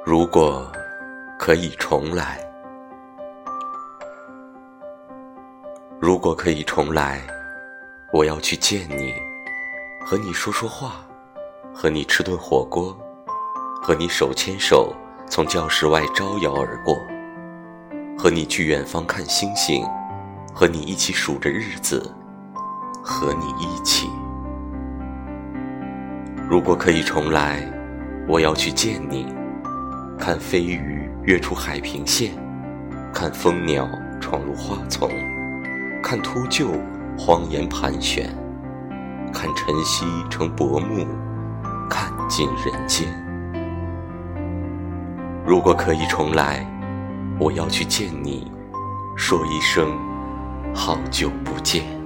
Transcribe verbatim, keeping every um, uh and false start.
如果可以重来，如果可以重来，我要去见你，和你说说话，和你吃顿火锅，和你手牵手从教室外招摇而过，和你去远方看星星，和你一起数着日子，和你一起。如果可以重来，我要去见你，看飞鱼跃出海平线，看蜂鸟闯入花丛，看秃鹫荒野盘旋，看晨曦成薄暮，看尽人间。如果可以重来，我要去见你，说一声好久不见。